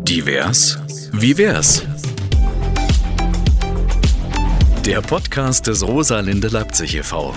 Divers? Wie wär's? Der Podcast des Rosalinde Leipzig e.V.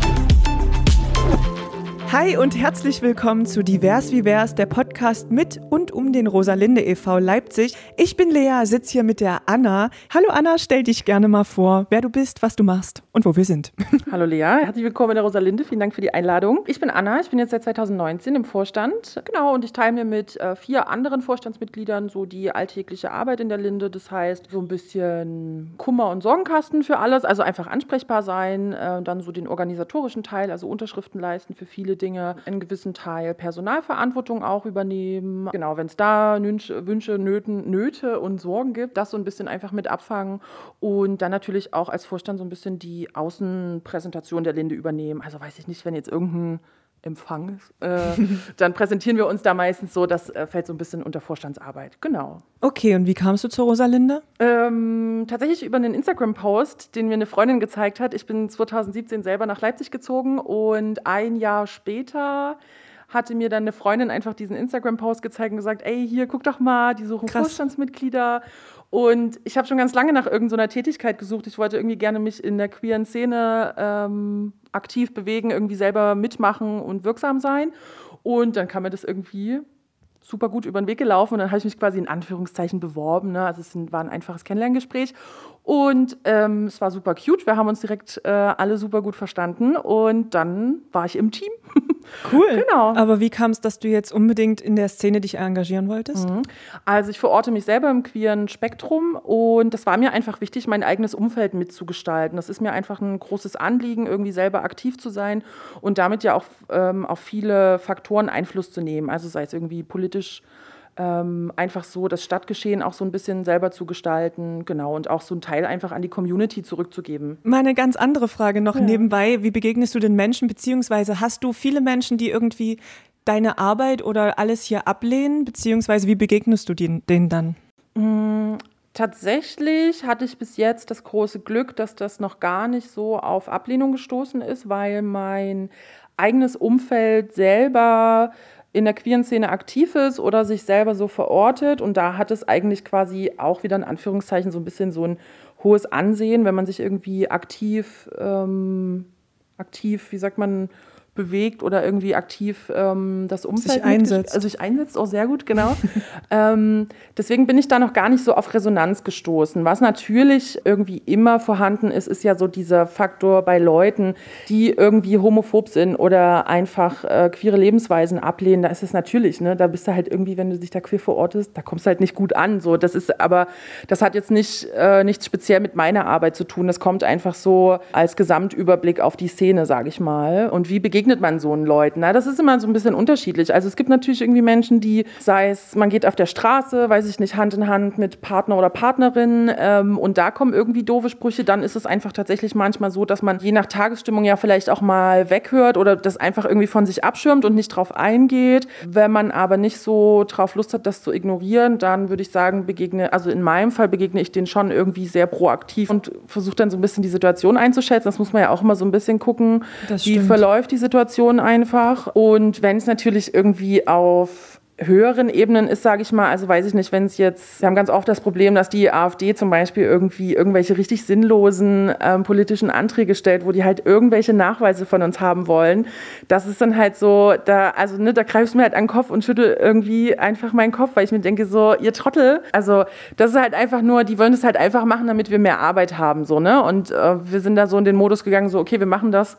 Hi und herzlich willkommen zu Divers wie wär's, der Podcast mit und um den Rosalinde e.V. Leipzig. Ich bin Lea, sitze hier mit der Anna. Hallo Anna, stell dich gerne mal vor, wer du bist, was du machst und wo wir sind. Hallo Lea, herzlich willkommen in der Rosalinde, vielen Dank für die Einladung. Ich bin Anna, ich bin jetzt seit 2019 im Vorstand, genau, und ich teile mir mit 4 anderen Vorstandsmitgliedern so die alltägliche Arbeit in der Linde. Das heißt, so ein bisschen Kummer- und Sorgenkasten für alles, also einfach ansprechbar sein, dann so den organisatorischen Teil, also Unterschriften leisten für viele Dinge, einen gewissen Teil Personalverantwortung auch übernehmen. Genau, wenn es da Wünsche, Nöte und Sorgen gibt, das so ein bisschen einfach mit abfangen und dann natürlich auch als Vorstand so ein bisschen die Außenpräsentation der Linde übernehmen. Also weiß ich nicht, wenn jetzt irgendein Empfang ist, dann präsentieren wir uns da meistens so, das fällt so ein bisschen unter Vorstandsarbeit. Genau. Okay, und wie kamst du zur Rosalinde? Tatsächlich über einen Instagram-Post, den mir eine Freundin gezeigt hat. Ich bin 2017 selber nach Leipzig gezogen und ein Jahr später hatte mir dann eine Freundin einfach diesen Instagram-Post gezeigt und gesagt, ey, hier, guck doch mal, die suchen Vorstandsmitglieder. Und ich habe schon ganz lange nach irgendeiner Tätigkeit gesucht. Ich wollte irgendwie gerne mich in der queeren Szene aktiv bewegen, irgendwie selber mitmachen und wirksam sein. Und dann kam mir das irgendwie super gut über den Weg gelaufen und dann habe ich mich quasi in Anführungszeichen beworben. Ne? Also es war ein einfaches Kennenlerngespräch und es war super cute. Wir haben uns direkt alle super gut verstanden und dann war ich im Team. Cool. Genau. Aber wie kam es, dass du jetzt unbedingt in der Szene dich engagieren wolltest? Also ich verorte mich selber im queeren Spektrum und das war mir einfach wichtig, mein eigenes Umfeld mitzugestalten. Das ist mir einfach ein großes Anliegen, irgendwie selber aktiv zu sein und damit ja auch auf viele Faktoren Einfluss zu nehmen. Also sei es irgendwie politisch, einfach so das Stadtgeschehen auch so ein bisschen selber zu gestalten, genau, und auch so einen Teil einfach an die Community zurückzugeben. Mal eine ganz andere Frage noch nebenbei. Wie begegnest du den Menschen, beziehungsweise hast du viele Menschen, die irgendwie deine Arbeit oder alles hier ablehnen, beziehungsweise wie begegnest du denen dann? Tatsächlich hatte ich bis jetzt das große Glück, dass das noch gar nicht so auf Ablehnung gestoßen ist, weil mein eigenes Umfeld selber in der queeren Szene aktiv ist oder sich selber so verortet. Und da hat es eigentlich quasi auch wieder in Anführungszeichen so ein bisschen so ein hohes Ansehen, wenn man sich irgendwie aktiv, wie sagt man, bewegt oder irgendwie aktiv das Umfeld sich einsetzt. Also sich einsetzt, auch sehr gut, genau. Deswegen bin ich da noch gar nicht so auf Resonanz gestoßen. Was natürlich irgendwie immer vorhanden ist, ist ja so dieser Faktor bei Leuten, die irgendwie homophob sind oder einfach queere Lebensweisen ablehnen. Da ist es natürlich, ne, da bist du halt irgendwie, wenn du dich da queer verortest, da kommst du halt nicht gut an. So, das hat jetzt nichts speziell mit meiner Arbeit zu tun. Das kommt einfach so als Gesamtüberblick auf die Szene, sage ich mal. Und wie begegnet man so einen Leuten? Na, das ist immer so ein bisschen unterschiedlich. Also es gibt natürlich irgendwie Menschen, die, sei es, man geht auf der Straße, weiß ich nicht, Hand in Hand mit Partner oder Partnerin und da kommen irgendwie doofe Sprüche, dann ist es einfach tatsächlich manchmal so, dass man je nach Tagesstimmung ja vielleicht auch mal weghört oder das einfach irgendwie von sich abschirmt und nicht drauf eingeht. Wenn man aber nicht so drauf Lust hat, das zu ignorieren, dann würde ich sagen, also in meinem Fall begegne ich denen schon irgendwie sehr proaktiv und versuche dann so ein bisschen die Situation einzuschätzen. Das muss man ja auch immer so ein bisschen gucken, wie verläuft die Situation einfach. Und wenn es natürlich irgendwie auf höheren Ebenen ist, sage ich mal, also weiß ich nicht, wenn es jetzt, wir haben ganz oft das Problem, dass die AfD zum Beispiel irgendwie irgendwelche richtig sinnlosen politischen Anträge stellt, wo die halt irgendwelche Nachweise von uns haben wollen. Das ist dann halt so, da greifst du mir halt an den Kopf und schüttel irgendwie einfach meinen Kopf, weil ich mir denke so, ihr Trottel, also das ist halt einfach nur, die wollen das halt einfach machen, damit wir mehr Arbeit haben, so, ne? Und wir sind da so in den Modus gegangen, so, okay, wir machen das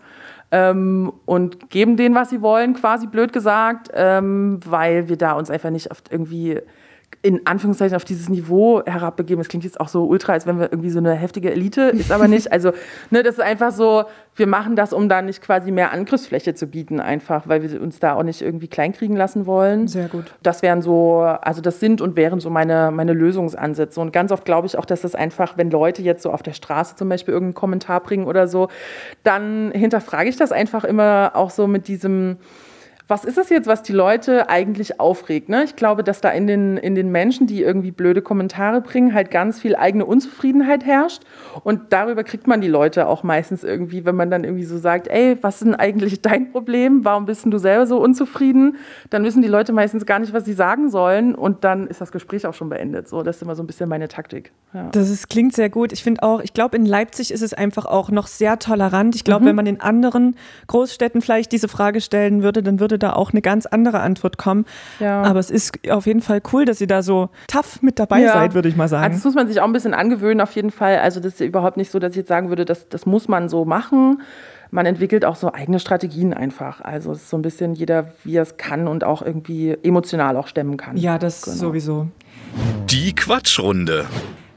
und geben denen, was sie wollen, quasi blöd gesagt, weil wir da uns einfach nicht oft irgendwie in Anführungszeichen auf dieses Niveau herabbegeben. Das klingt jetzt auch so ultra, als wenn wir irgendwie so eine heftige Elite, ist aber nicht. Also, ne, das ist einfach so, wir machen das, um da nicht quasi mehr Angriffsfläche zu bieten, einfach, weil wir uns da auch nicht irgendwie kleinkriegen lassen wollen. Sehr gut. Das wären so, also das sind und wären so meine Lösungsansätze. Und ganz oft glaube ich auch, dass das einfach, wenn Leute jetzt so auf der Straße zum Beispiel irgendeinen Kommentar bringen oder so, dann hinterfrage ich das einfach immer auch so mit diesem was ist das jetzt, was die Leute eigentlich aufregt? Ne? Ich glaube, dass da in den Menschen, die irgendwie blöde Kommentare bringen, halt ganz viel eigene Unzufriedenheit herrscht. Und darüber kriegt man die Leute auch meistens irgendwie, wenn man dann irgendwie so sagt, ey, was ist denn eigentlich dein Problem? Warum bist denn du selber so unzufrieden? Dann wissen die Leute meistens gar nicht, was sie sagen sollen. Und dann ist das Gespräch auch schon beendet. So, das ist immer so ein bisschen meine Taktik. Ja. Klingt sehr gut. Ich finde auch, ich glaube, in Leipzig ist es einfach auch noch sehr tolerant. Ich glaube, wenn man in anderen Großstädten vielleicht diese Frage stellen würde, dann würde da auch eine ganz andere Antwort kommen. Ja. Aber es ist auf jeden Fall cool, dass ihr da so tough mit dabei seid, würde ich mal sagen. Also das muss man sich auch ein bisschen angewöhnen auf jeden Fall. Also das ist überhaupt nicht so, dass ich jetzt sagen würde, das muss man so machen. Man entwickelt auch so eigene Strategien einfach. Also es ist so ein bisschen jeder, wie er es kann und auch irgendwie emotional auch stemmen kann. Ja, das sowieso. Die Quatschrunde.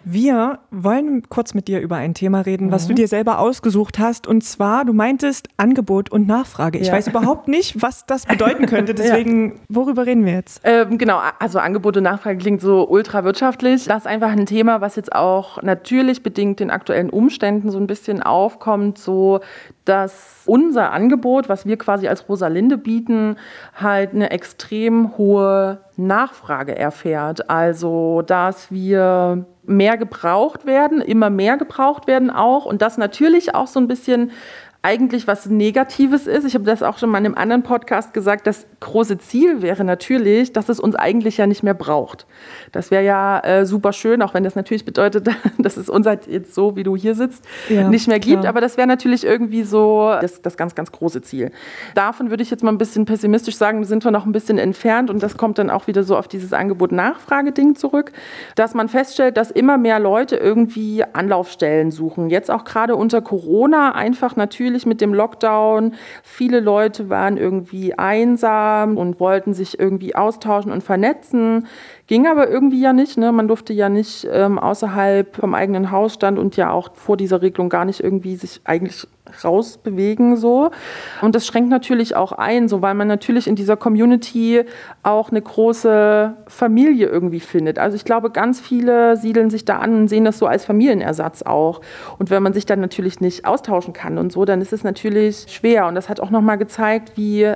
Wir wollen kurz mit dir über ein Thema reden, was du dir selber ausgesucht hast. Und zwar, du meintest Angebot und Nachfrage. Ich weiß überhaupt nicht, was das bedeuten könnte. Deswegen, worüber reden wir jetzt? Genau, also Angebot und Nachfrage klingt so ultra wirtschaftlich. Das ist einfach ein Thema, was jetzt auch natürlich bedingt den aktuellen Umständen so ein bisschen aufkommt, so dass unser Angebot, was wir quasi als Rosalinde bieten, halt eine extrem hohe Nachfrage erfährt. Also, dass wir mehr gebraucht werden, immer mehr gebraucht werden auch und das natürlich auch so ein bisschen eigentlich was Negatives ist. Ich habe das auch schon mal in einem anderen Podcast gesagt. Das große Ziel wäre natürlich, dass es uns eigentlich ja nicht mehr braucht. Das wäre ja super schön, auch wenn das natürlich bedeutet, dass es uns halt jetzt so, wie du hier sitzt, nicht mehr gibt. Aber das wäre natürlich irgendwie so das ganz, ganz große Ziel. Davon würde ich jetzt mal ein bisschen pessimistisch sagen, sind wir noch ein bisschen entfernt und das kommt dann auch wieder so auf dieses Angebot-Nachfrage-Ding zurück, dass man feststellt, dass immer mehr Leute irgendwie Anlaufstellen suchen. Jetzt auch gerade unter Corona einfach natürlich mit dem Lockdown. Viele Leute waren irgendwie einsam und wollten sich irgendwie austauschen und vernetzen. Ging aber irgendwie ja nicht. Ne? Man durfte ja nicht außerhalb vom eigenen Hausstand und ja auch vor dieser Regelung gar nicht irgendwie sich eigentlich rausbewegen so. Und das schränkt natürlich auch ein, so weil man natürlich in dieser Community auch eine große Familie irgendwie findet. Also ich glaube, ganz viele siedeln sich da an und sehen das so als Familienersatz auch. Und wenn man sich dann natürlich nicht austauschen kann und so, dann ist es natürlich schwer. Und das hat auch nochmal gezeigt, wie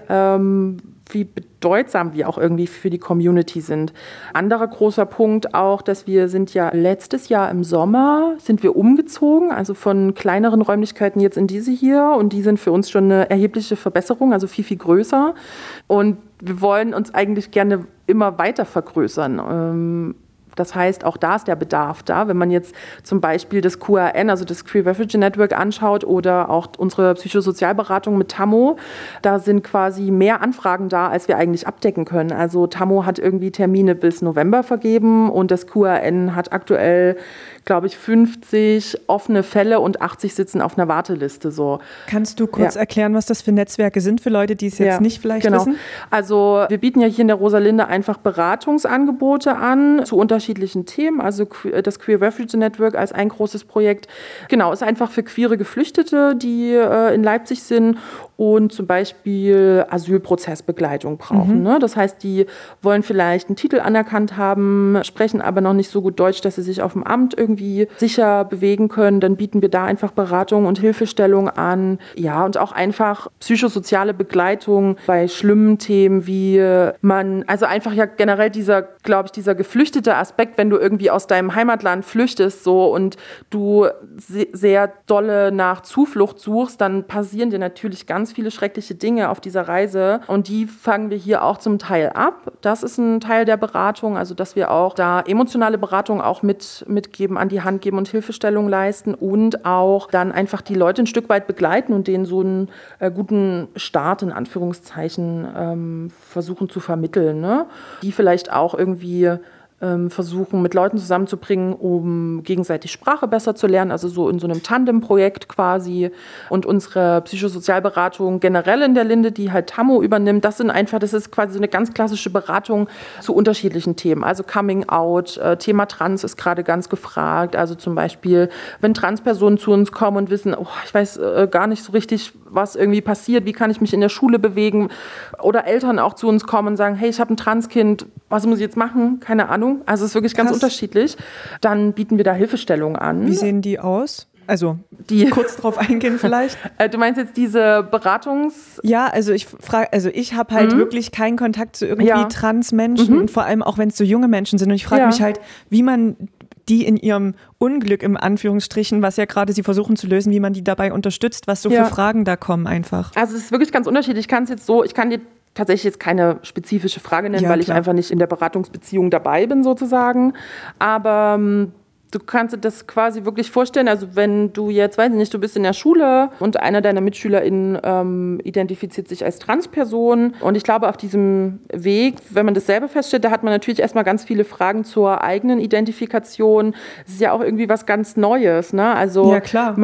bedeutsam wir auch irgendwie für die Community sind. Anderer großer Punkt auch, dass wir sind ja letztes Jahr im Sommer sind wir umgezogen, also von kleineren Räumlichkeiten jetzt in diese hier und die sind für uns schon eine erhebliche Verbesserung, also viel, viel größer und wir wollen uns eigentlich gerne immer weiter vergrößern. Das heißt, auch da ist der Bedarf da. Wenn man jetzt zum Beispiel das QRN, also das Queer Refugee Network anschaut oder auch unsere Psychosozialberatung mit TAMO, da sind quasi mehr Anfragen da, als wir eigentlich abdecken können. Also TAMO hat irgendwie Termine bis November vergeben und das QRN hat aktuell, glaube ich, 50 offene Fälle und 80 sitzen auf einer Warteliste. So. Kannst du kurz erklären, was das für Netzwerke sind für Leute, die es jetzt nicht vielleicht wissen? Also wir bieten ja hier in der Rosalinde einfach Beratungsangebote an zu unterschiedlichen Themen. Also das Queer Refugee Network als ein großes Projekt. Genau, ist einfach für queere Geflüchtete, die in Leipzig sind und zum Beispiel Asylprozessbegleitung brauchen. Ne? Das heißt, die wollen vielleicht einen Titel anerkannt haben, sprechen aber noch nicht so gut Deutsch, dass sie sich auf dem Amt irgendwie sicher bewegen können. Dann bieten wir da einfach Beratung und Hilfestellung an. Ja, und auch einfach psychosoziale Begleitung bei schlimmen Themen, wie man, also einfach ja generell dieser geflüchtete Aspekt, wenn du irgendwie aus deinem Heimatland flüchtest so und du sehr dolle nach Zuflucht suchst, dann passieren dir natürlich ganz viele schreckliche Dinge auf dieser Reise und die fangen wir hier auch zum Teil ab. Das ist ein Teil der Beratung, also dass wir auch da emotionale Beratung auch mitgeben, an die Hand geben und Hilfestellung leisten und auch dann einfach die Leute ein Stück weit begleiten und denen so einen guten Start in Anführungszeichen versuchen zu vermitteln, ne? Die vielleicht auch irgendwie versuchen, mit Leuten zusammenzubringen, um gegenseitig Sprache besser zu lernen, also so in so einem Tandem-Projekt quasi. Und unsere Psychosozialberatung generell in der Linde, die halt TAMO übernimmt, das ist quasi so eine ganz klassische Beratung zu unterschiedlichen Themen. Also Coming Out, Thema Trans ist gerade ganz gefragt. Also zum Beispiel, wenn Transpersonen zu uns kommen und wissen, ich weiß gar nicht so richtig, was irgendwie passiert, wie kann ich mich in der Schule bewegen, oder Eltern auch zu uns kommen und sagen, hey, ich habe ein Transkind, was muss ich jetzt machen? Keine Ahnung. Also es ist wirklich ganz unterschiedlich. Dann bieten wir da Hilfestellung an. Wie sehen die aus? Also kurz drauf eingehen vielleicht. Du meinst jetzt diese Ja, also ich habe halt wirklich keinen Kontakt zu irgendwie Trans-Menschen und vor allem auch, wenn es so junge Menschen sind. Und ich frage mich halt, wie man die in ihrem Unglück, im Anführungsstrichen, was ja gerade sie versuchen zu lösen, wie man die dabei unterstützt, was so für Fragen da kommen einfach. Also es ist wirklich ganz unterschiedlich. Ich kann dir tatsächlich jetzt keine spezifische Frage nennen, weil ich einfach nicht in der Beratungsbeziehung dabei bin sozusagen. Aber du kannst dir das quasi wirklich vorstellen, also wenn du jetzt, weiß ich nicht, du bist in der Schule und einer deiner MitschülerInnen identifiziert sich als Transperson und ich glaube, auf diesem Weg, wenn man das selber feststellt, da hat man natürlich erstmal ganz viele Fragen zur eigenen Identifikation. Es ist ja auch irgendwie was ganz Neues, ne? Also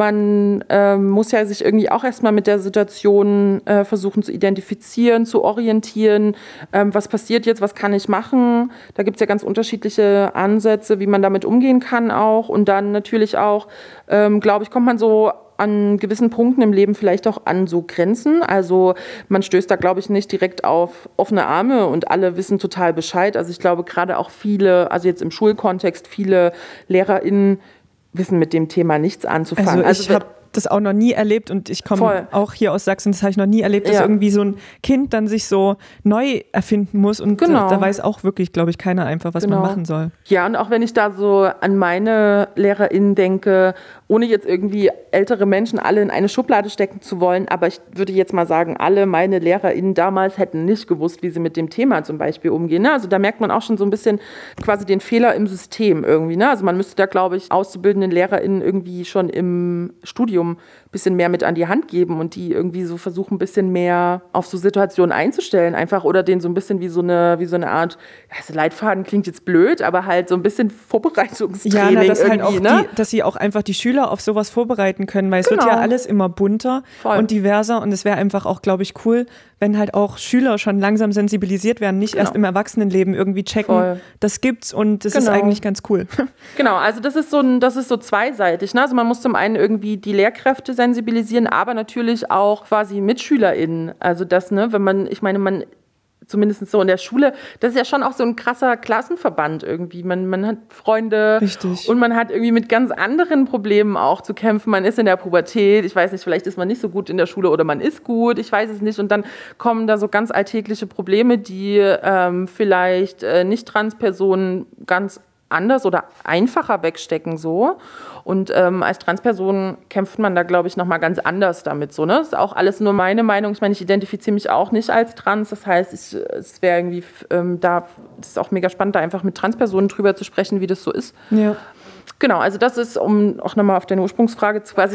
man muss ja sich irgendwie auch erstmal mit der Situation versuchen zu identifizieren, zu orientieren. Was passiert jetzt, was kann ich machen? Da gibt es ja ganz unterschiedliche Ansätze, wie man damit umgehen kann auch. Und dann natürlich auch, glaube ich, kommt man so an gewissen Punkten im Leben vielleicht auch an so Grenzen. Also man stößt da, glaube ich, nicht direkt auf offene Arme und alle wissen total Bescheid. Also ich glaube, gerade auch viele, also jetzt im Schulkontext, viele LehrerInnen wissen mit dem Thema nichts anzufangen. Also ich habe das auch noch nie erlebt und ich komme auch hier aus Sachsen, das habe ich noch nie erlebt, dass irgendwie so ein Kind dann sich so neu erfinden muss und da weiß auch wirklich, glaube ich, keiner einfach, was man machen soll. Ja, und auch wenn ich da so an meine LehrerInnen denke, ohne jetzt irgendwie ältere Menschen alle in eine Schublade stecken zu wollen, aber ich würde jetzt mal sagen, alle meine LehrerInnen damals hätten nicht gewusst, wie sie mit dem Thema zum Beispiel umgehen. Ne? Also da merkt man auch schon so ein bisschen quasi den Fehler im System irgendwie. Ne? Also man müsste da, glaube ich, auszubildenden LehrerInnen irgendwie schon im Studium ein bisschen mehr mit an die Hand geben und die irgendwie so versuchen, ein bisschen mehr auf so Situationen einzustellen einfach oder denen so ein bisschen wie so eine Art, also Leitfaden klingt jetzt blöd, aber halt so ein bisschen Vorbereitungstraining dass irgendwie. Halt ne? Dass sie auch einfach die Schüler auf sowas vorbereiten können, weil es wird ja alles immer bunter und diverser und es wäre einfach auch, glaube ich, cool, wenn halt auch Schüler schon langsam sensibilisiert werden, nicht erst im Erwachsenenleben irgendwie checken, das gibt's und das ist eigentlich ganz cool. Genau, also das ist so zweiseitig. Ne? Also man muss zum einen irgendwie die Lehrkräfte sensibilisieren, aber natürlich auch quasi MitschülerInnen. Also das, ne, wenn man, ich meine, man zumindest so in der Schule, das ist ja schon auch so ein krasser Klassenverband irgendwie. Man hat Freunde und man hat irgendwie mit ganz anderen Problemen auch zu kämpfen. Man ist in der Pubertät, ich weiß nicht, vielleicht ist man nicht so gut in der Schule oder man ist gut, ich weiß es nicht. Und dann kommen da so ganz alltägliche Probleme, die vielleicht Nicht-Trans-Personen ganz anders oder einfacher wegstecken so. Und als Transperson kämpft man da, glaube ich, nochmal ganz anders damit. So, ne? Das ist auch alles nur meine Meinung. Ich meine, ich identifiziere mich auch nicht als trans. Das heißt, es wäre irgendwie, das ist auch mega spannend, da einfach mit Transpersonen drüber zu sprechen, wie das so ist. Ja. Genau, also das ist, um auch nochmal auf deine Ursprungsfrage quasi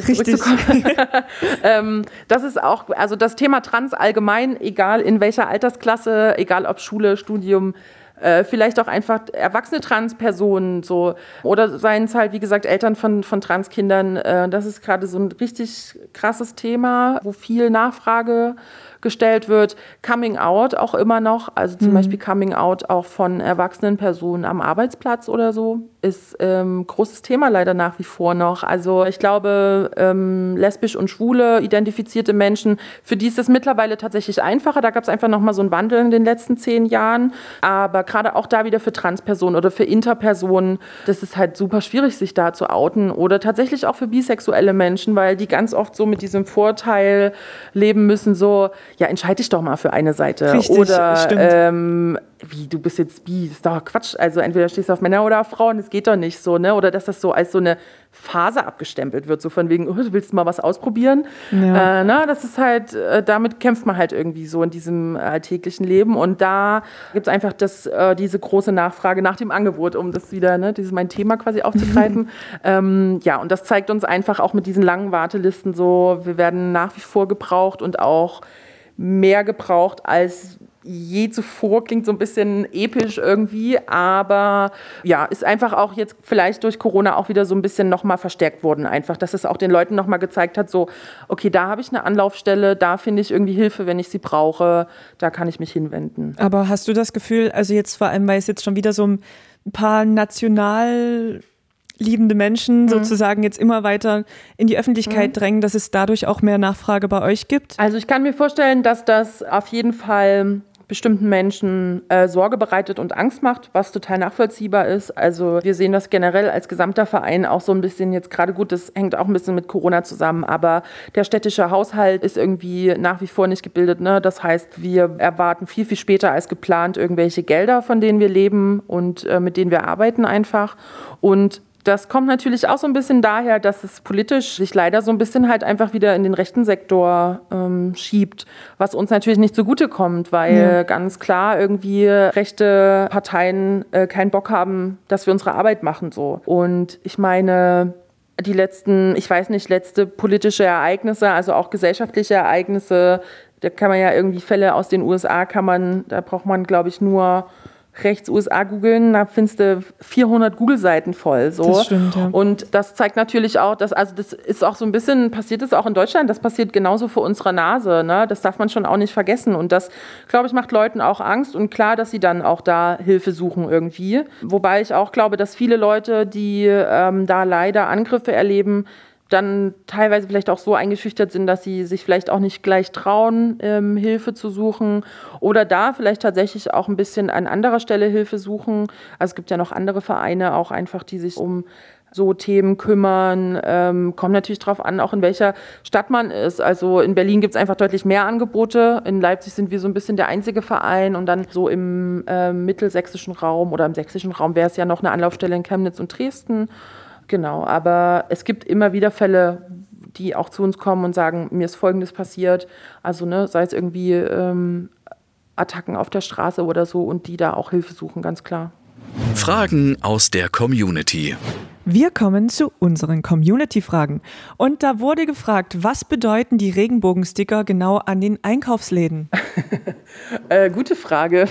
zurückzukommen. Das ist auch, also das Thema Trans allgemein, egal in welcher Altersklasse, egal ob Schule, Studium, vielleicht auch einfach erwachsene Transpersonen so oder seien es halt, wie gesagt, Eltern von Transkindern. Das ist gerade so ein richtig krasses Thema, wo viel Nachfrage gestellt wird. Coming Out auch immer noch, also zum Beispiel Coming Out auch von erwachsenen Personen am Arbeitsplatz oder so, ist großes Thema leider nach wie vor noch. Also ich glaube, lesbisch und schwule identifizierte Menschen, für die ist das mittlerweile tatsächlich einfacher. Da gab es einfach nochmal so einen Wandel in den letzten 10 Jahren. Aber gerade auch da wieder für Transpersonen oder für Interpersonen, das ist halt super schwierig, sich da zu outen. Oder tatsächlich auch für bisexuelle Menschen, weil die ganz oft so mit diesem Vorteil leben müssen, so, ja, entscheide dich doch mal für eine Seite. Richtig, oder wie, du bist jetzt bi, das ist doch Quatsch. Also entweder stehst du auf Männer oder auf Frauen, das geht doch nicht so, ne? Oder dass das so als so eine Phase abgestempelt wird, so von wegen, oh, du willst mal was ausprobieren. Ja. Das ist halt, damit kämpft man halt irgendwie so in diesem alltäglichen Leben. Und da gibt es einfach diese große Nachfrage nach dem Angebot, um das wieder, ne, dieses mein Thema quasi aufzugreifen. Ja, und das zeigt uns einfach auch mit diesen langen Wartelisten so, wir werden nach wie vor gebraucht und auch mehr gebraucht als je zuvor, klingt so ein bisschen episch irgendwie, aber ja, ist einfach auch jetzt vielleicht durch Corona auch wieder so ein bisschen nochmal verstärkt worden einfach, dass es auch den Leuten nochmal gezeigt hat, so, okay, da habe ich eine Anlaufstelle, da finde ich irgendwie Hilfe, wenn ich sie brauche, da kann ich mich hinwenden. Aber hast du das Gefühl, also jetzt vor allem, weil es jetzt schon wieder so ein paar national liebende Menschen sozusagen jetzt immer weiter in die Öffentlichkeit drängen, dass es dadurch auch mehr Nachfrage bei euch gibt? Also ich kann mir vorstellen, dass das auf jeden Fall bestimmten Menschen Sorge bereitet und Angst macht, was total nachvollziehbar ist. Also wir sehen das generell als gesamter Verein auch so ein bisschen jetzt gerade gut, das hängt auch ein bisschen mit Corona zusammen, aber der städtische Haushalt ist irgendwie nach wie vor nicht gebildet. Ne? Das heißt, wir erwarten viel, viel später als geplant irgendwelche Gelder, von denen wir leben und mit denen wir arbeiten einfach. Und das kommt natürlich auch so ein bisschen daher, dass es politisch sich leider so ein bisschen halt einfach wieder in den rechten Sektor schiebt, was uns natürlich nicht zugutekommt, weil ganz klar irgendwie rechte Parteien keinen Bock haben, dass wir unsere Arbeit machen so. Und ich meine, die letzte politische Ereignisse, also auch gesellschaftliche Ereignisse, da kann man ja irgendwie Fälle aus den USA da braucht man, glaube ich, nur rechts USA googeln, da findest du 400 Google-Seiten voll. So. Das stimmt, ja. Und das zeigt natürlich auch, das ist auch so ein bisschen, passiert es auch in Deutschland, das passiert genauso vor unserer Nase. Ne? Das darf man schon auch nicht vergessen. Und das, glaube ich, macht Leuten auch Angst und klar, dass sie dann auch da Hilfe suchen irgendwie. Wobei ich auch glaube, dass viele Leute, die da leider Angriffe erleben, dann teilweise vielleicht auch so eingeschüchtert sind, dass sie sich vielleicht auch nicht gleich trauen, Hilfe zu suchen oder da vielleicht tatsächlich auch ein bisschen an anderer Stelle Hilfe suchen. Also es gibt ja noch andere Vereine auch einfach, die sich um so Themen kümmern. Kommt natürlich drauf an, auch in welcher Stadt man ist. Also in Berlin gibt es einfach deutlich mehr Angebote. In Leipzig sind wir so ein bisschen der einzige Verein und dann so im mittelsächsischen Raum oder im sächsischen Raum wäre es ja noch eine Anlaufstelle in Chemnitz und Dresden. Genau, aber es gibt immer wieder Fälle, die auch zu uns kommen und sagen, mir ist Folgendes passiert. Also sei es irgendwie Attacken auf der Straße oder so und die da auch Hilfe suchen, ganz klar. Fragen aus der Community. Wir kommen zu unseren Community-Fragen. Und da wurde gefragt, was bedeuten die Regenbogensticker genau an den Einkaufsläden? Gute Frage.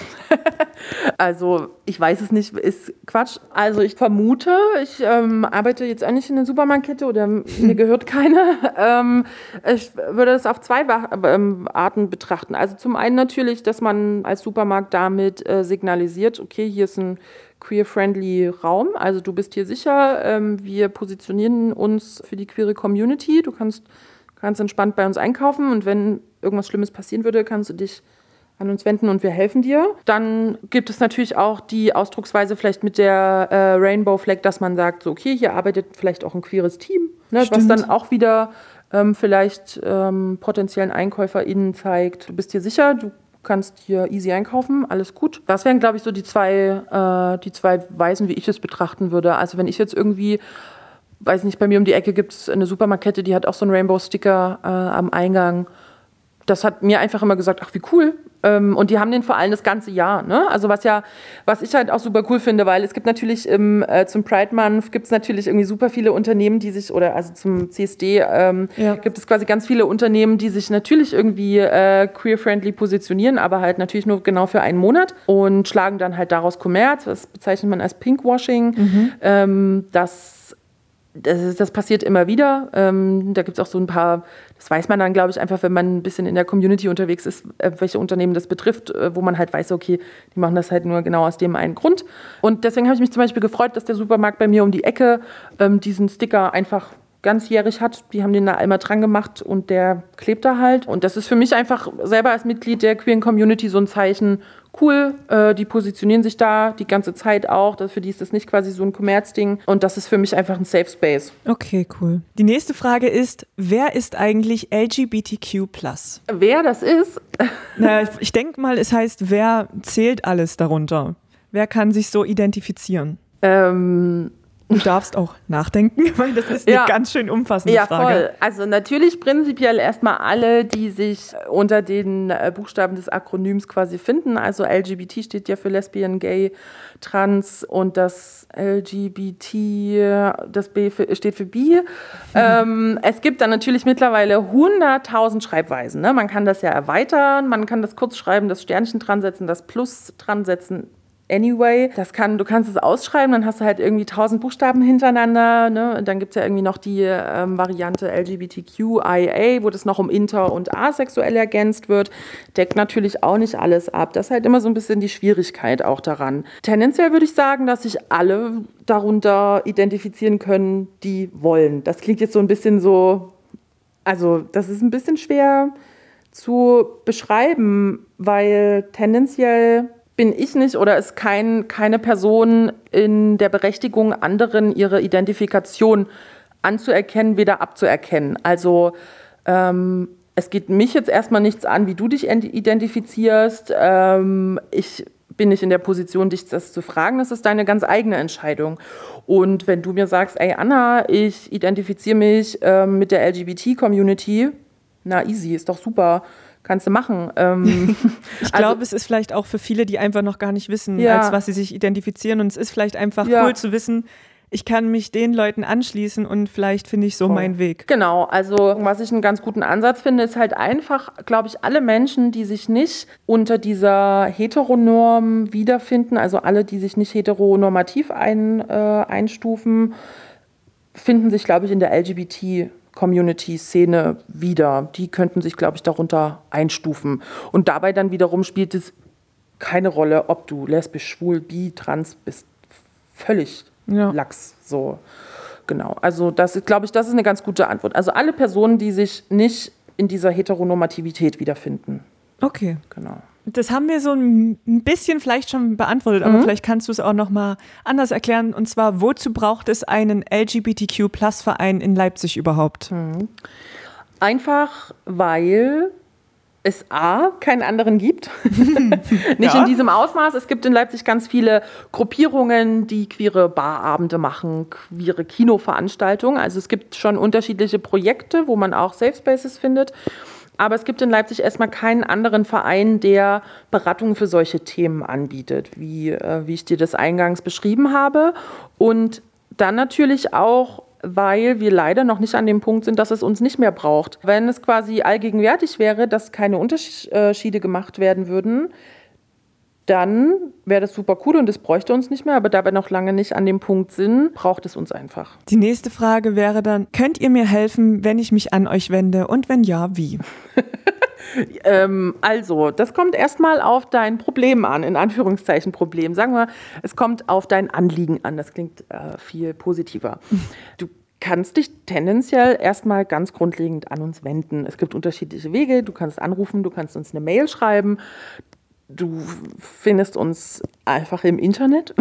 Also ich weiß es nicht, ist Quatsch. Also ich vermute, ich arbeite jetzt auch nicht in der Supermarktkette oder mir gehört keine. Ich würde es auf zwei Arten betrachten. Also zum einen natürlich, dass man als Supermarkt damit signalisiert, okay, hier ist ein queer-friendly Raum, also du bist hier sicher, wir positionieren uns für die queere Community, du kannst entspannt bei uns einkaufen und wenn irgendwas Schlimmes passieren würde, kannst du dich an uns wenden und wir helfen dir. Dann gibt es natürlich auch die Ausdrucksweise vielleicht mit der Rainbow Flag, dass man sagt, so okay, hier arbeitet vielleicht auch ein queeres Team, ne, was dann auch wieder vielleicht potenziellen EinkäuferInnen zeigt, du bist hier sicher, du kannst hier easy einkaufen, alles gut. Das wären, glaube ich, so die zwei Weisen, wie ich es betrachten würde. Also wenn ich jetzt irgendwie, weiß nicht, bei mir um die Ecke gibt es eine Supermarktkette, die hat auch so einen Rainbow-Sticker am Eingang. Das hat mir einfach immer gesagt, ach wie cool. Und die haben den vor allem das ganze Jahr. Ne? Also was ich halt auch super cool finde, weil es gibt natürlich zum Pride Month gibt es natürlich irgendwie super viele Unternehmen, die sich, oder also zum CSD gibt es quasi ganz viele Unternehmen, die sich natürlich irgendwie queer-friendly positionieren, aber halt natürlich nur genau für einen Monat und schlagen dann halt daraus Kommerz. Das bezeichnet man als Pinkwashing. Das passiert immer wieder. Da gibt es auch so ein paar, das weiß man dann, glaube ich, einfach, wenn man ein bisschen in der Community unterwegs ist, welche Unternehmen das betrifft, wo man halt weiß, okay, die machen das halt nur genau aus dem einen Grund. Und deswegen habe ich mich zum Beispiel gefreut, dass der Supermarkt bei mir um die Ecke diesen Sticker einfach ganzjährig hat. Die haben den da einmal dran gemacht und der klebt da halt. Und das ist für mich einfach selber als Mitglied der queeren Community so ein Zeichen, cool, die positionieren sich da die ganze Zeit auch. Für die ist das nicht quasi so ein Kommerzding. Und das ist für mich einfach ein Safe Space. Okay, cool. Die nächste Frage ist, wer ist eigentlich LGBTQ+? Wer das ist? Na, ich denke mal, es heißt, wer zählt alles darunter? Wer kann sich so identifizieren? Du darfst auch nachdenken, weil das ist eine ganz schön umfassende Frage. Ja, voll. Also natürlich prinzipiell erstmal alle, die sich unter den Buchstaben des Akronyms quasi finden. Also LGBT steht ja für Lesbian, Gay, Trans und das LGBT, das B steht für Bi. Es gibt dann natürlich mittlerweile 100.000 Schreibweisen. Ne? Man kann das ja erweitern, man kann das kurz schreiben, das Sternchen dran setzen, das Plus dran setzen. Anyway, du kannst es ausschreiben, dann hast du halt irgendwie 1000 Buchstaben hintereinander. Ne? Und dann gibt es ja irgendwie noch die Variante LGBTQIA, wo das noch um inter- und asexuell ergänzt wird. Deckt natürlich auch nicht alles ab. Das ist halt immer so ein bisschen die Schwierigkeit auch daran. Tendenziell würde ich sagen, dass sich alle darunter identifizieren können, die wollen. Das klingt jetzt so ein bisschen so, also das ist ein bisschen schwer zu beschreiben, weil tendenziell bin ich nicht oder ist keine Person in der Berechtigung, anderen ihre Identifikation anzuerkennen, wieder abzuerkennen. Also es geht mich jetzt erstmal nichts an, wie du dich identifizierst. Ich bin nicht in der Position, dich das zu fragen. Das ist deine ganz eigene Entscheidung. Und wenn du mir sagst, ey Anna, ich identifiziere mich mit der LGBT-Community, na easy, ist doch super, kannst du machen. Ich glaube, es ist vielleicht auch für viele, die einfach noch gar nicht wissen, als was sie sich identifizieren. Und es ist vielleicht einfach cool zu wissen, ich kann mich den Leuten anschließen und vielleicht finde ich so meinen Weg. Genau, also was ich einen ganz guten Ansatz finde, ist halt einfach, glaube ich, alle Menschen, die sich nicht unter dieser Heteronorm wiederfinden, also alle, die sich nicht heteronormativ einstufen, finden sich, glaube ich, in der LGBT-Community-Szene wieder. Die könnten sich, glaube ich, darunter einstufen. Und dabei dann wiederum spielt es keine Rolle, ob du lesbisch, schwul, bi, trans bist. Völlig Lachs, so, genau. Also das ist, glaube ich, das ist eine ganz gute Antwort. Also alle Personen, die sich nicht in dieser Heteronormativität wiederfinden. Okay. Genau. Das haben wir so ein bisschen vielleicht schon beantwortet, aber vielleicht kannst du es auch noch mal anders erklären. Und zwar, wozu braucht es einen LGBTQ+-Verein in Leipzig überhaupt? Einfach, weil es keinen anderen gibt. Nicht in diesem Ausmaß. Es gibt in Leipzig ganz viele Gruppierungen, die queere Barabende machen, queere Kinoveranstaltungen. Also es gibt schon unterschiedliche Projekte, wo man auch Safe Spaces findet. Aber es gibt in Leipzig erstmal keinen anderen Verein, der Beratungen für solche Themen anbietet, wie ich dir das eingangs beschrieben habe. Und dann natürlich auch, weil wir leider noch nicht an dem Punkt sind, dass es uns nicht mehr braucht. Wenn es quasi allgegenwärtig wäre, dass keine Unterschiede gemacht werden würden, dann wäre das super cool und es bräuchte uns nicht mehr. Aber da wir noch lange nicht an dem Punkt sind, braucht es uns einfach. Die nächste Frage wäre dann, könnt ihr mir helfen, wenn ich mich an euch wende? Und wenn ja, wie? Also, das kommt erstmal auf dein Problem an, in Anführungszeichen Problem. Sagen wir, es kommt auf dein Anliegen an. Das klingt viel positiver. Du kannst dich tendenziell erstmal ganz grundlegend an uns wenden. Es gibt unterschiedliche Wege. Du kannst anrufen, du kannst uns eine Mail schreiben. Du findest uns einfach im Internet.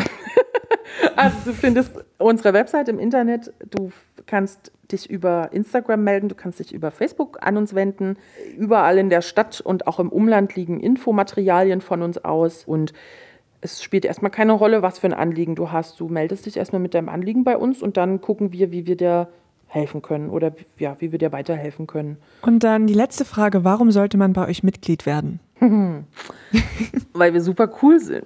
Also du findest unsere Website im Internet. Du kannst dich über Instagram melden, du kannst dich über Facebook an uns wenden. Überall in der Stadt und auch im Umland liegen Infomaterialien von uns aus. Und es spielt erstmal keine Rolle, was für ein Anliegen du hast. Du meldest dich erstmal mit deinem Anliegen bei uns und dann gucken wir, wie wir dir helfen können oder wie wir dir weiterhelfen können. Und dann die letzte Frage, warum sollte man bei euch Mitglied werden? Weil wir super cool sind.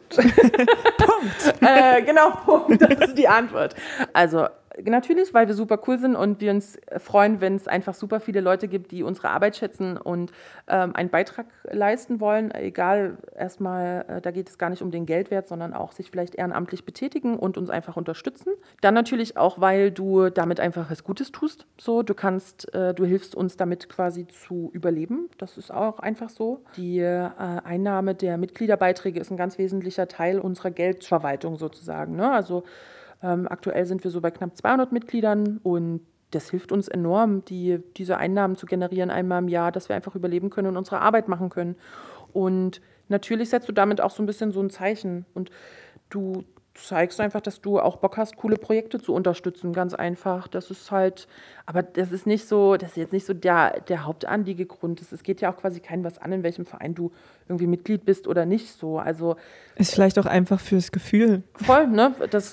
Punkt. Genau, Punkt. Das ist die Antwort. Also natürlich, weil wir super cool sind und wir uns freuen, wenn es einfach super viele Leute gibt, die unsere Arbeit schätzen und einen Beitrag leisten wollen. Egal, erstmal, da geht es gar nicht um den Geldwert, sondern auch sich vielleicht ehrenamtlich betätigen und uns einfach unterstützen. Dann natürlich auch, weil du damit einfach was Gutes tust. So, du hilfst uns damit quasi zu überleben. Das ist auch einfach so. Die Einnahme der Mitgliederbeiträge ist ein ganz wesentlicher Teil unserer Geldverwaltung sozusagen. Ne? Also aktuell sind wir so bei knapp 200 Mitgliedern und das hilft uns enorm, diese Einnahmen zu generieren einmal im Jahr, dass wir einfach überleben können und unsere Arbeit machen können. Und natürlich setzt du damit auch so ein bisschen so ein Zeichen und du zeigst einfach, dass du auch Bock hast, coole Projekte zu unterstützen, ganz einfach. Das ist halt, aber das ist jetzt nicht so der Hauptanliegegrund. Es geht ja auch quasi keinem was an, in welchem Verein du irgendwie Mitglied bist oder nicht so. Also ist vielleicht auch einfach fürs Gefühl. Voll, ne?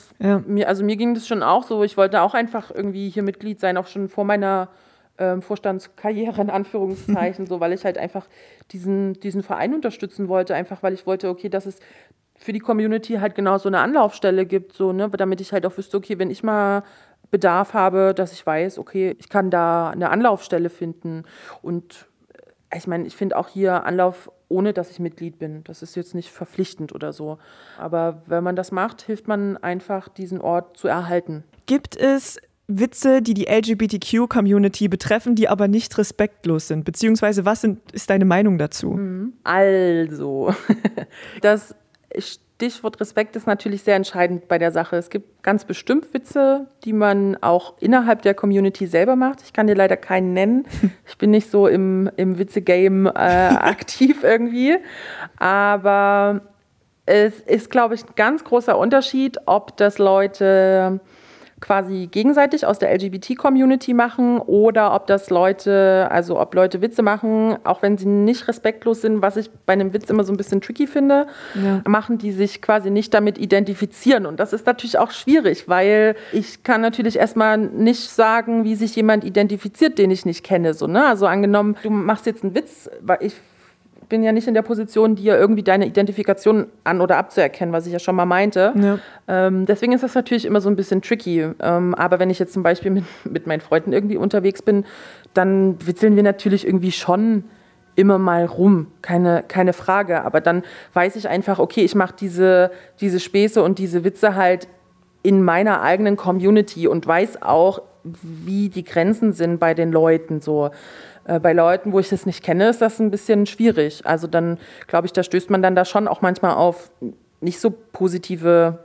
Mir ging das schon auch so. Ich wollte auch einfach irgendwie hier Mitglied sein, auch schon vor meiner Vorstandskarriere in Anführungszeichen, so, weil ich halt einfach diesen Verein unterstützen wollte, einfach weil ich wollte, okay, dass es für die Community halt genau so eine Anlaufstelle gibt, so, ne, damit ich halt auch wüsste, okay, wenn ich mal Bedarf habe, dass ich weiß, okay, ich kann da eine Anlaufstelle finden. Und ich meine, ich finde auch hier Anlauf, ohne dass ich Mitglied bin. Das ist jetzt nicht verpflichtend oder so. Aber wenn man das macht, hilft man einfach, diesen Ort zu erhalten. Gibt es Witze, die die LGBTQ-Community betreffen, die aber nicht respektlos sind? Beziehungsweise, ist deine Meinung dazu? Also, das Stichwort Respekt ist natürlich sehr entscheidend bei der Sache. Es gibt ganz bestimmt Witze, die man auch innerhalb der Community selber macht. Ich kann dir leider keinen nennen. Ich bin nicht so im Witze-Game aktiv irgendwie. Aber es ist, glaube ich, ein ganz großer Unterschied, ob das Leute quasi gegenseitig aus der LGBT-Community machen oder ob das Leute, also ob Leute Witze machen, auch wenn sie nicht respektlos sind, was ich bei einem Witz immer so ein bisschen tricky finde, machen die sich quasi nicht damit identifizieren. Und das ist natürlich auch schwierig, weil ich kann natürlich erstmal nicht sagen, wie sich jemand identifiziert, den ich nicht kenne. So, ne? Also angenommen, du machst jetzt einen Witz, weil ich bin ja nicht in der Position, dir irgendwie deine Identifikation an- oder abzuerkennen, was ich ja schon mal meinte. Ja. Deswegen ist das natürlich immer so ein bisschen tricky. Aber wenn ich jetzt zum Beispiel mit meinen Freunden irgendwie unterwegs bin, dann witzeln wir natürlich irgendwie schon immer mal rum, keine Frage. Aber dann weiß ich einfach, okay, ich mache diese Späße und diese Witze halt in meiner eigenen Community und weiß auch, wie die Grenzen sind bei den Leuten so. Bei Leuten, wo ich das nicht kenne, ist das ein bisschen schwierig. Also dann, glaube ich, da stößt man dann da schon auch manchmal auf nicht so positive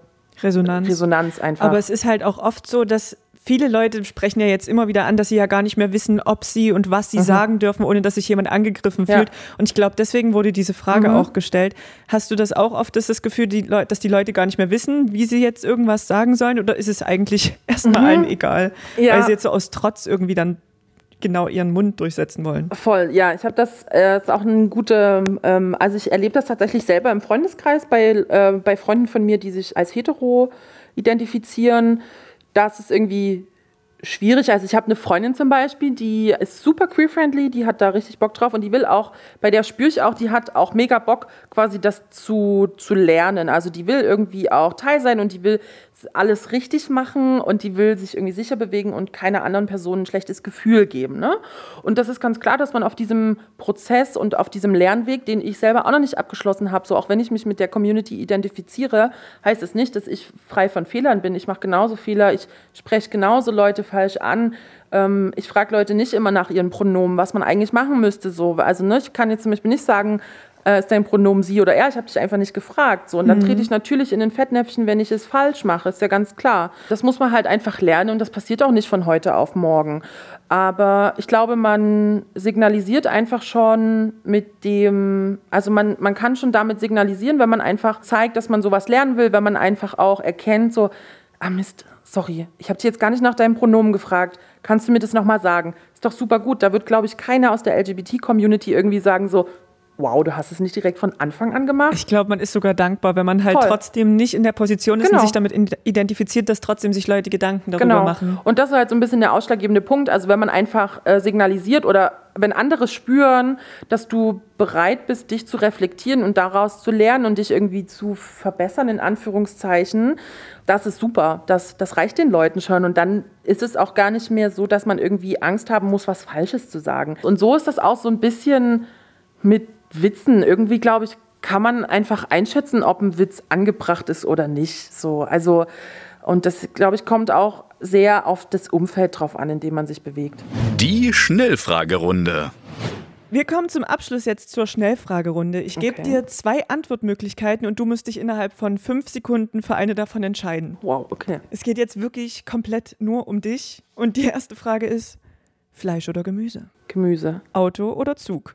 Resonanz einfach. Aber es ist halt auch oft so, dass viele Leute sprechen ja jetzt immer wieder an, dass sie ja gar nicht mehr wissen, ob sie und was sie sagen dürfen, ohne dass sich jemand angegriffen fühlt. Und ich glaube, deswegen wurde diese Frage auch gestellt. Hast du das auch oft, das Gefühl, dass die Leute gar nicht mehr wissen, wie sie jetzt irgendwas sagen sollen? Oder ist es eigentlich erstmal allen egal, weil sie jetzt so aus Trotz irgendwie dann genau ihren Mund durchsetzen wollen? Voll, ja. Ich habe das, ist auch eine gute, also ich erlebe das tatsächlich selber im Freundeskreis bei Freunden von mir, die sich als hetero identifizieren. Das ist irgendwie schwierig. Also ich habe eine Freundin zum Beispiel, die ist super queer-friendly, die hat da richtig Bock drauf und die will auch, bei der spüre ich auch, die hat auch mega Bock, quasi das zu lernen. Also die will irgendwie auch Teil sein und die will alles richtig machen und die will sich irgendwie sicher bewegen und keiner anderen Person ein schlechtes Gefühl geben. Ne? Und das ist ganz klar, dass man auf diesem Prozess und auf diesem Lernweg, den ich selber auch noch nicht abgeschlossen habe, so auch wenn ich mich mit der Community identifiziere, heißt es nicht, dass ich frei von Fehlern bin. Ich mache genauso Fehler, ich spreche genauso Leute falsch an. Ich frage Leute nicht immer nach ihren Pronomen, was man eigentlich machen müsste. So. Also ne, ich kann jetzt zum Beispiel nicht sagen, ist dein Pronomen sie oder er? Ich habe dich einfach nicht gefragt. So. Und dann trete ich natürlich in den Fettnäpfchen, wenn ich es falsch mache. Ist ja ganz klar. Das muss man halt einfach lernen und das passiert auch nicht von heute auf morgen. Aber ich glaube, man signalisiert einfach schon mit dem, also man kann schon damit signalisieren, wenn man einfach zeigt, dass man sowas lernen will, wenn man einfach auch erkennt, so, Mist, sorry, ich habe dich jetzt gar nicht nach deinem Pronomen gefragt. Kannst du mir das nochmal sagen? Ist doch super gut. Da wird, glaube ich, keiner aus der LGBT-Community irgendwie sagen so, wow, du hast es nicht direkt von Anfang an gemacht. Ich glaube, man ist sogar dankbar, wenn man halt trotzdem nicht in der Position ist und sich damit identifiziert, dass trotzdem sich Leute Gedanken darüber machen. Und das ist halt so ein bisschen der ausschlaggebende Punkt. Also wenn man einfach signalisiert oder wenn andere spüren, dass du bereit bist, dich zu reflektieren und daraus zu lernen und dich irgendwie zu verbessern, in Anführungszeichen, das ist super. Das reicht den Leuten schon. Und dann ist es auch gar nicht mehr so, dass man irgendwie Angst haben muss, was Falsches zu sagen. Und so ist das auch so ein bisschen mit Witzen. Irgendwie, glaube ich, kann man einfach einschätzen, ob ein Witz angebracht ist oder nicht. So, also, und das, glaube ich, kommt auch sehr auf das Umfeld drauf an, in dem man sich bewegt. Die Schnellfragerunde. Wir kommen zum Abschluss jetzt zur Schnellfragerunde. Ich gebe dir 2 Antwortmöglichkeiten und du musst dich innerhalb von 5 Sekunden für eine davon entscheiden. Wow, okay. Es geht jetzt wirklich komplett nur um dich. Und die erste Frage ist, Fleisch oder Gemüse? Gemüse. Auto oder Zug?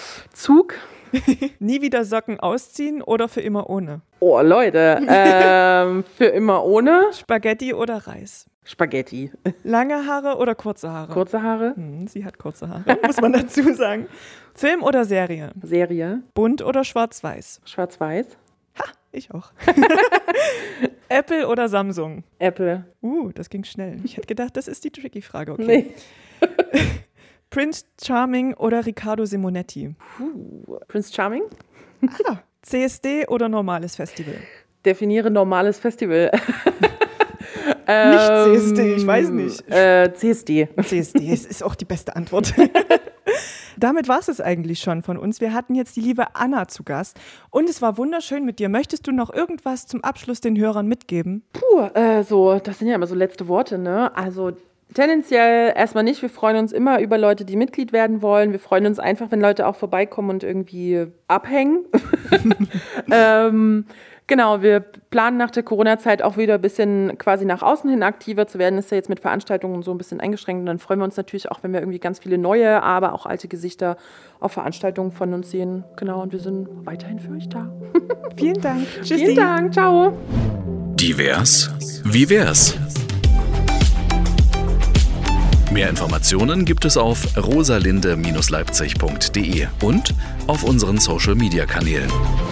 Zug. Nie wieder Socken ausziehen oder für immer ohne? Oh, Leute. Für immer ohne. Spaghetti oder Reis? Spaghetti. Lange Haare oder kurze Haare? Kurze Haare. Sie hat kurze Haare, muss man dazu sagen. Film oder Serie? Serie. Bunt oder schwarz-weiß? Schwarz-weiß. Ha, ich auch. Apple oder Samsung? Apple. Das ging schnell. Ich hätte gedacht, das ist die tricky Frage. Okay. Nee. Prince Charming oder Riccardo Simonetti? Prince Charming. CSD oder normales Festival? Definiere normales Festival. Nicht CSD, ich weiß nicht. CSD. CSD ist auch die beste Antwort. Damit war es eigentlich schon von uns. Wir hatten jetzt die liebe Anna zu Gast und es war wunderschön mit dir. Möchtest du noch irgendwas zum Abschluss den Hörern mitgeben? Das sind ja immer so letzte Worte, ne? Also Tendenziell erstmal nicht. Wir freuen uns immer über Leute, die Mitglied werden wollen. Wir freuen uns einfach, wenn Leute auch vorbeikommen und irgendwie abhängen. Genau, wir planen nach der Corona-Zeit auch wieder ein bisschen quasi nach außen hin aktiver zu werden. Das ist ja jetzt mit Veranstaltungen so ein bisschen eingeschränkt. Und dann freuen wir uns natürlich auch, wenn wir irgendwie ganz viele neue, aber auch alte Gesichter auf Veranstaltungen von uns sehen. Genau, und wir sind weiterhin für euch da. Vielen Dank. Tschüssi. Vielen Dank. Ciao. Divers? Wie wär's? Mehr Informationen gibt es auf rosalinde-leipzig.de und auf unseren Social-Media-Kanälen.